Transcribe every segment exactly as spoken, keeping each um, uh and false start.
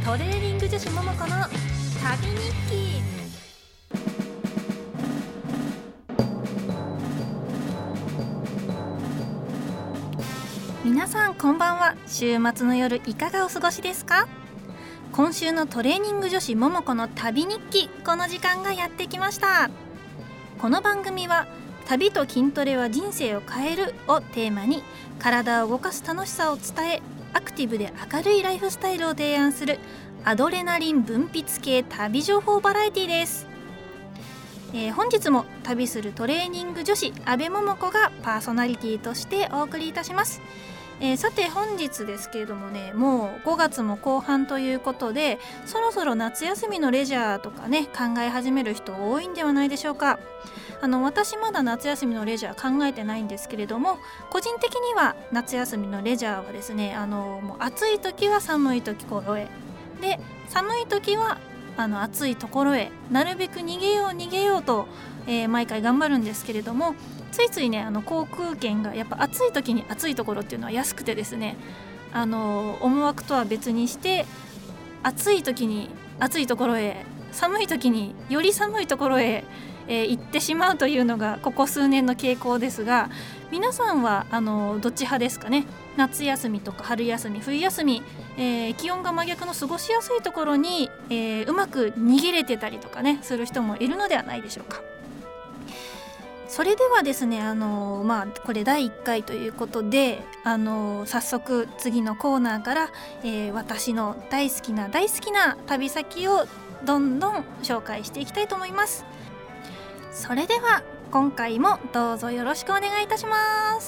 トレーニング女子ももこの旅日記。皆さんこんばんは。週末の夜いかがお過ごしですか？今週のトレーニング女子ももこの旅日記、この時間がやってきました。この番組は旅と筋トレは人生を変えるをテーマに、体を動かす楽しさを伝え、アクティブで明るいライフスタイルを提案するアドレナリン分泌系旅情報バラエティです。えー、本日も旅するトレーニング女子阿部桃子がパーソナリティとしてお送りいたします。えー、さて本日ですけれどもね、もうごがつも後半ということで、そろそろ夏休みのレジャーとかね考え始める人多いんではないでしょうか。あの私まだ夏休みのレジャー考えてないんですけれども、個人的には夏休みのレジャーはですね、あのもう暑い時は寒い時ころへで、寒い時はあの暑いところへなるべく逃げよう逃げようと、えー、毎回頑張るんですけれども、ついついねあの航空券がやっぱ暑い時に暑いところっていうのは安くてですね、あの思惑とは別にして暑い時に暑いところへ、寒い時により寒いところへ、えー、行ってしまうというのがここ数年の傾向ですが、皆さんはあのどっち派ですかね。夏休みとか春休み、冬休み、えー、気温が真逆の過ごしやすいところに、えー、うまく逃げれてたりとかねする人もいるのではないでしょうか。それではですね、あのまあこれだいいっかいということで、あの早速次のコーナーから、えー、私の大好きな大好きな旅先をどんどん紹介していきたいと思います。それでは今回もどうぞよろしくお願いいたします。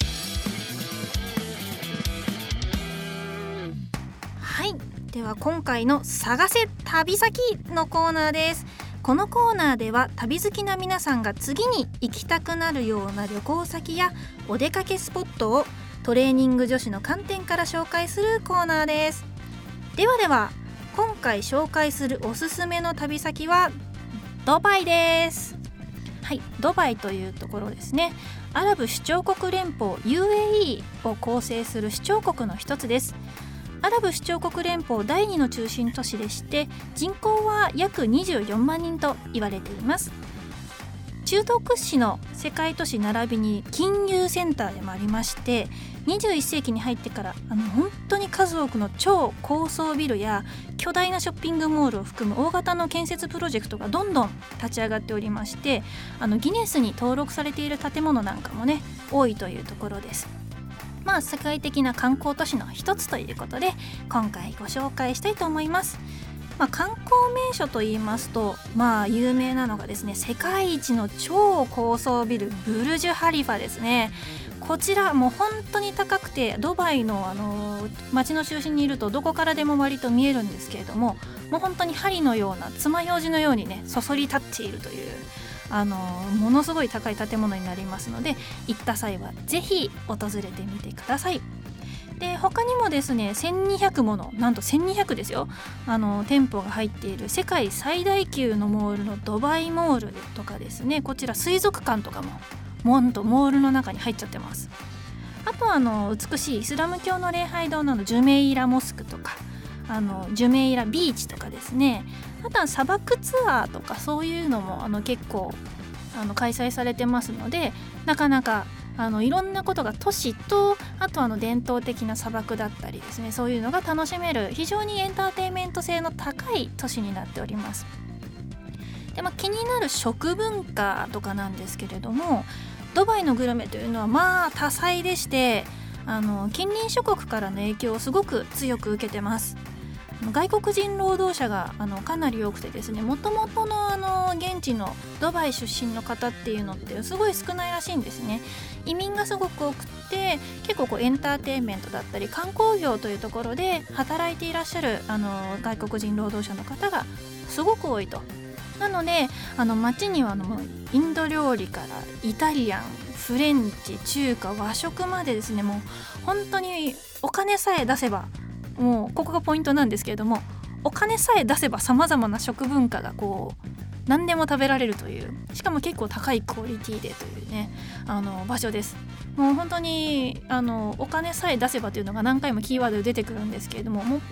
はい、では今回の探せ旅先のコーナーです。このコーナーでは旅好きな皆さんが次に行きたくなるような旅行先やお出かけスポットをトレーニング女子の観点から紹介するコーナーです。ではでは今回紹介するおすすめの旅先はドバイです。はい、ドバイというところですね。アラブ首長国連邦 ユーエーイー を構成する首長国の一つです。アラブ首長国連邦だいにの中心都市でして、人口は約にじゅうよんまんにんと言われています。中東屈指の世界都市並びに金融センターでもありまして、にじゅういっせいきに入ってからあの本当に数多くの超高層ビルや巨大なショッピングモールを含む大型の建設プロジェクトがどんどん立ち上がっておりまして、あのギネスに登録されている建物なんかもね多いというところです。まあ世界的な観光都市の一つということで今回ご紹介したいと思います。まあ、観光名所といいますと、まあ有名なのがですね、世界一の超高層ビルブルジュハリファですね。こちらもう本当に高くて、ドバイの、あの街の中心にいるとどこからでも割と見えるんですけれども、もう本当に針のような爪楊枝のようにねそそり立っているという、あのものすごい高い建物になりますので、行った際はぜひ訪れてみてください。で他にもですね、せんにひゃくもの、なんとせんにひゃくですよ、あの店舗が入っている世界最大級のモールのドバイモールとかですね、こちら水族館とかももんとモールの中に入っちゃってます。あとはあの美しいイスラム教の礼拝堂などジュメイラモスクとか、あのジュメイラビーチとかですね、あとは砂漠ツアーとかそういうのもあの結構あの開催されてますので、なかなかあのいろんなことが都市と、あとあの伝統的な砂漠だったりですね、そういうのが楽しめる非常にエンターテインメント性の高い都市になっております。で、まあ、気になる食文化とかなんですけれども、ドバイのグルメというのはまあ多彩でして、あの近隣諸国からの影響をすごく強く受けてます。外国人労働者があのかなり多くてですね、もともとのあの現地のドバイ出身の方っていうのってすごい少ないらしいんですね。移民がすごく多くて、結構こうエンターテインメントだったり観光業というところで働いていらっしゃるあの外国人労働者の方がすごく多いと。なのであの街にはあのインド料理からイタリアン、フレンチ、中華、和食までですね、もう本当にお金さえ出せば、もうここがポイントなんですけれども、お金さえ出せばさまざまな食文化がこう何でも食べられるという、しかも結構高いクオリティでというね、あの場所です。もう本当にあのお金さえ出せばというのが何回もキーワードで出てくるんですけれども、もう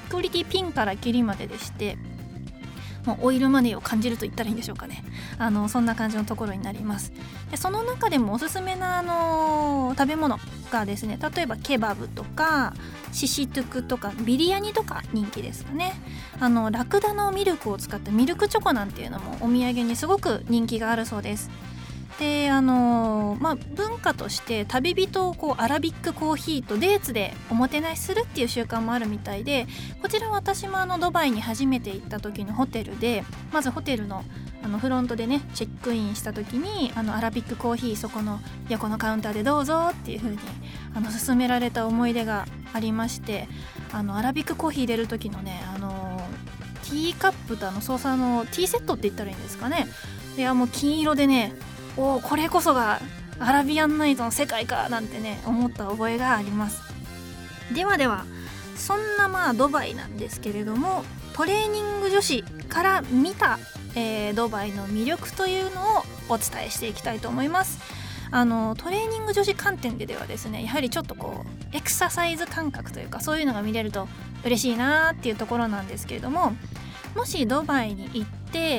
クオリティピンからキリまででして、もうオイルマネーを感じると言ったらいいんでしょうかね。あのそんな感じのところになります。でその中でもおすすめなあの食べ物がですね、例えばケバブとかシシトゥクとかビリヤニとか人気ですかね。あのラクダのミルクを使ったミルクチョコなんていうのもお土産にすごく人気があるそうです。であのまあ、文化として旅人をこうアラビックコーヒーとデーツでおもてなしするっていう習慣もあるみたいで、こちら私もあのドバイに初めて行った時のホテルで、まずホテルのあのフロントでねチェックインした時にあのアラビックコーヒーそこの横のカウンターでどうぞっていう風にあの勧められた思い出がありまして、あのアラビックコーヒー入れる時のねあのティーカップとあのソーサーのティーセットって言ったらいいんですかね。いやもう金色でね、おこれこそがアラビアンナイトの世界かなんてね思った覚えがあります。ではではそんなまあドバイなんですけれども、トレーニング女子から見た、えー、ドバイの魅力というのをお伝えしていきたいと思います。あのトレーニング女子観点でではですね、やはりちょっとこうエクササイズ感覚というかそういうのが見れると嬉しいなっていうところなんですけれども、もしドバイに行って、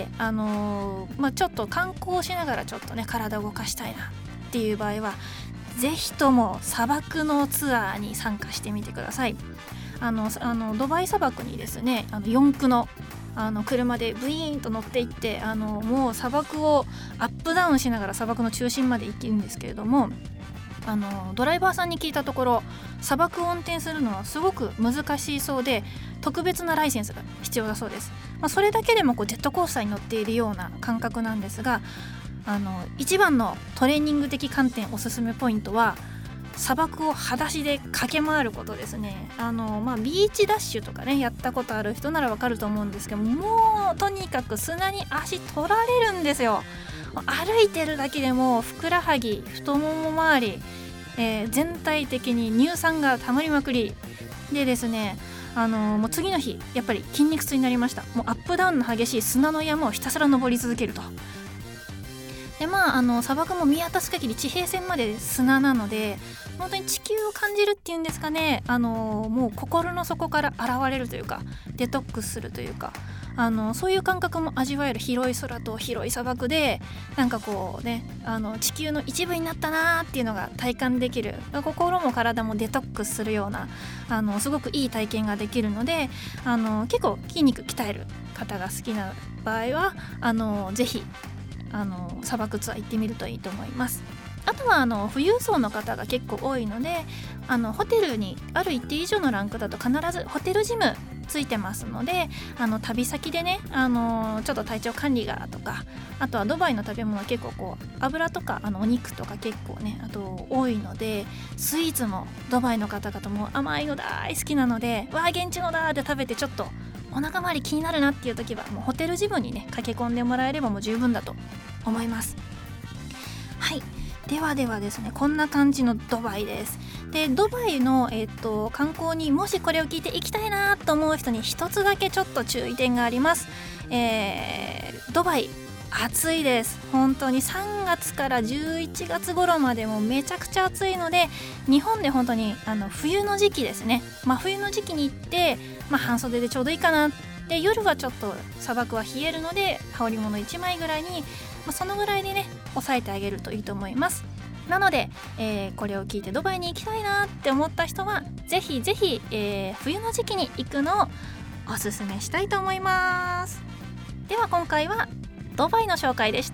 あのーまあ、ちょっと観光しながらちょっとね体を動かしたいなっていう場合はぜひとも砂漠のツアーに参加してみてください。あのあのドバイ砂漠にですねあの四駆のあの車でブイーンと乗っていって、あのもう砂漠をアップダウンしながら砂漠の中心まで行けるんですけれども、あのドライバーさんに聞いたところ砂漠を運転するのはすごく難しいそうで特別なライセンスが必要だそうです。まあ、それだけでもこうジェットコースターに乗っているような感覚なんですが、あの一番のトレーニング的観点おすすめポイントは砂漠を裸足で駆け回ることですね。あの、まあ、ビーチダッシュとかねやったことある人ならわかると思うんですけど、もうとにかく砂に足取られるんですよ。歩いてるだけでもふくらはぎ太もも周り、えー、全体的に乳酸がたまりまくりでですね、あのー、もう次の日やっぱり筋肉痛になりました。もうアップダウンの激しい砂の山をひたすら登り続けると。でまあ、あの砂漠も見渡す限り地平線まで砂なので本当に地球を感じるっていうんですかね、あのもう心の底から現れるというかデトックスするというか、あのそういう感覚も味わえる広い空と広い砂漠で、なんかこうねあの地球の一部になったなーっていうのが体感できる、心も体もデトックスするようなあのすごくいい体験ができるので、あの結構筋肉鍛える方が好きな場合はあのぜひあの砂漠ツアー行ってみるといいと思います。あとはあの富裕層の方が結構多いので、あのホテルにある一定以上のランクだと必ずホテルジムついてますので、あの旅先でねあのちょっと体調管理がとか、あとはドバイの食べ物は結構こう油とかあのお肉とか結構ねあと多いので、スイーツもドバイの方々も甘いの大好きなので、わあ現地のだって食べてちょっとお腹周り気になるなっていう時はもうホテルジムにね駆け込んでもらえればもう十分だと思います。はい、ではではですね、こんな感じのドバイです。でドバイの、えー、と観光にもしこれを聞いて行きたいなと思う人に一つだけちょっと注意点があります。えー、ドバイ暑いです。本当にさんがつからじゅういちがつ頃までもめちゃくちゃ暑いので、日本で本当にあの冬の時期ですね、真冬の時期に行って、まあ、半袖でちょうどいいかな。で夜はちょっと砂漠は冷えるので羽織物いちまいぐらいに、まあ、そのぐらいでね抑えてあげるといいと思います。なので、えー、これを聞いてドバイに行きたいなって思った人はぜひぜひ、えー、冬の時期に行くのをおすすめしたいと思います。では今回はドバイの紹介でした。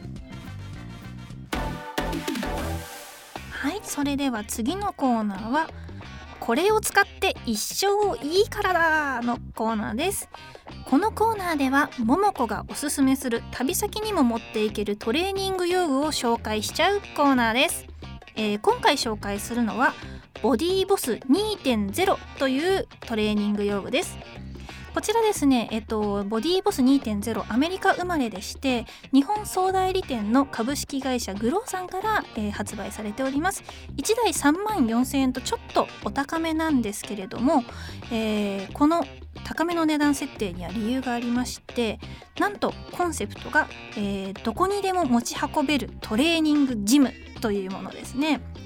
はい、それでは次のコーナーはこれを使って一生いいからだのコーナーです。このコーナーではももこがおすすめする旅先にも持っていけるトレーニング用具を紹介しちゃうコーナーです。えー、今回紹介するのはボディボス にてんゼロ というトレーニング用具です。こちらですね、えっと、ボディボス にてんゼロ アメリカ生まれでして、日本総代理店の株式会社グローさんから、えー、発売されております。いちだいさんまんよんせんえんとちょっとお高めなんですけれども、えー、この高めの値段設定には理由がありまして、なんとコンセプトが、えー、どこにでも持ち運べるトレーニングジムというものですね。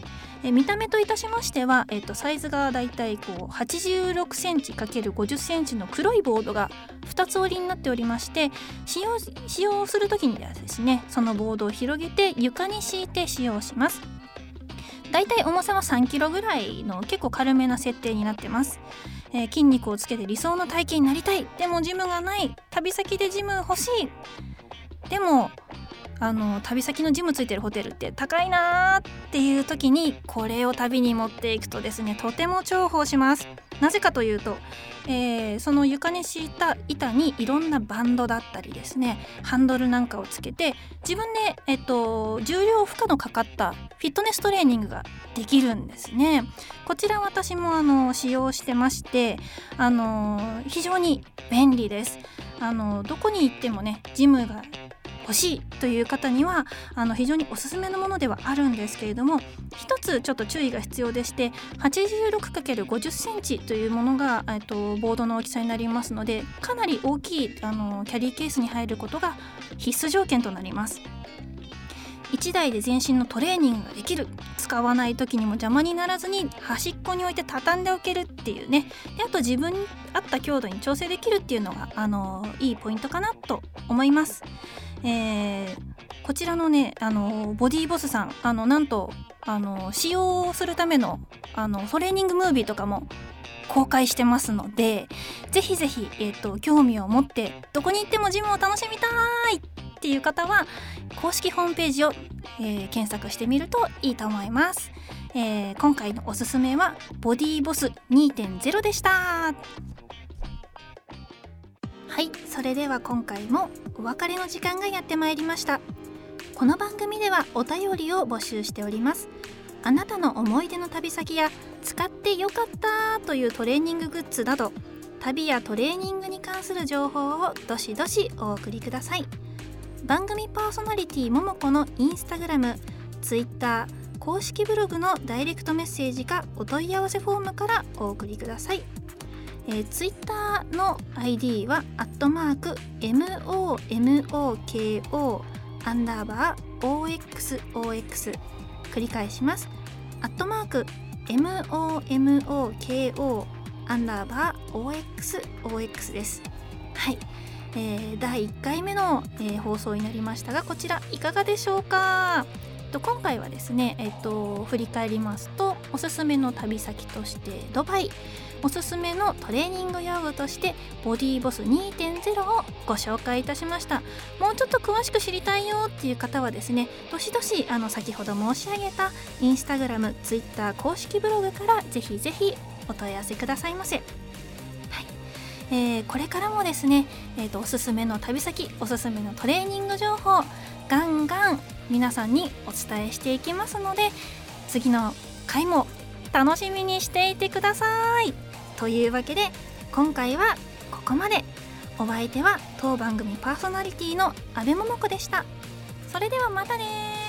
え見た目といたしましては、えっと、サイズがだいたいこうはちじゅうろくセンチ ×ごじゅっセンチの黒いボードがふたつ折りになっておりまして、使用、使用するときにはですね、そのボードを広げて床に敷いて使用します。だいたい重さはさんキロぐらいの結構軽めな設定になってます。えー、筋肉をつけて理想の体型になりたい、でもジムがない、旅先でジム欲しい、でもあの旅先のジムついてるホテルって高いなっていう時に、これを旅に持っていくとですね、とても重宝します。なぜかというと、えー、その床に敷いた板にいろんなバンドだったりですね、ハンドルなんかをつけて、自分で、えっと、重量負荷のかかったフィットネストレーニングができるんですね。こちら私もあの使用してまして、あの非常に便利です。あのどこに行ってもね、ジムが欲しいという方にはあの非常におすすめのものではあるんですけれども、一つちょっと注意が必要でして、 はちじゅうろくかけるごじゅっセンチというものが、えっと、ボードの大きさになりますので、かなり大きいあのキャリーケースに入ることが必須条件となります。いちだいで全身のトレーニングができる、使わない時にも邪魔にならずに端っこに置いて畳んでおけるっていうね、であと自分に合った強度に調整できるっていうのがあのいいポイントかなと思います。えー、こちらのね、あのボディーボスさん、あのなんとあの使用するためのあのトレーニングムービーとかも公開してますので、ぜひぜひ、えーと、興味を持ってどこに行ってもジムを楽しみたいっていう方は公式ホームページを、えー、検索してみるといいと思います。えー、今回のおすすめはボディーボス にてんゼロ でした。はい、それでは今回もお別れの時間がやってまいりました。この番組ではお便りを募集しております。あなたの思い出の旅先や使ってよかったというトレーニンググッズなど、旅やトレーニングに関する情報をどしどしお送りください。番組パーソナリティももこのインスタグラム、ツイッター、公式ブログのダイレクトメッセージかお問い合わせフォームからお送りください。えー、ツイッターの アイディー はアットマーク モモコ アンダーバー オーエックスオーエックス、 繰り返します。アットマーク モモコ アンダーバー オーエックスオーエックス です。はい、えー、だいいっかいめの、えー、放送になりましたが、こちらいかがでしょうか。と今回はですね、えっと、振り返りますと、おすすめの旅先としてドバイ、おすすめのトレーニング用具としてボディーボス にてんゼロ をご紹介いたしました。もうちょっと詳しく知りたいよっていう方はですね、どしどしあの先ほど申し上げたインスタグラム、ツイッター公式ブログからぜひぜひお問い合わせくださいませ。はい、えー、これからもですね、えーと、おすすめの旅先、おすすめのトレーニング情報、ガンガン皆さんにお伝えしていきますので、次の回も楽しみにしていてください。というわけで今回はここまで。お相手は当番組パーソナリティの阿部桃子でした。それではまたね。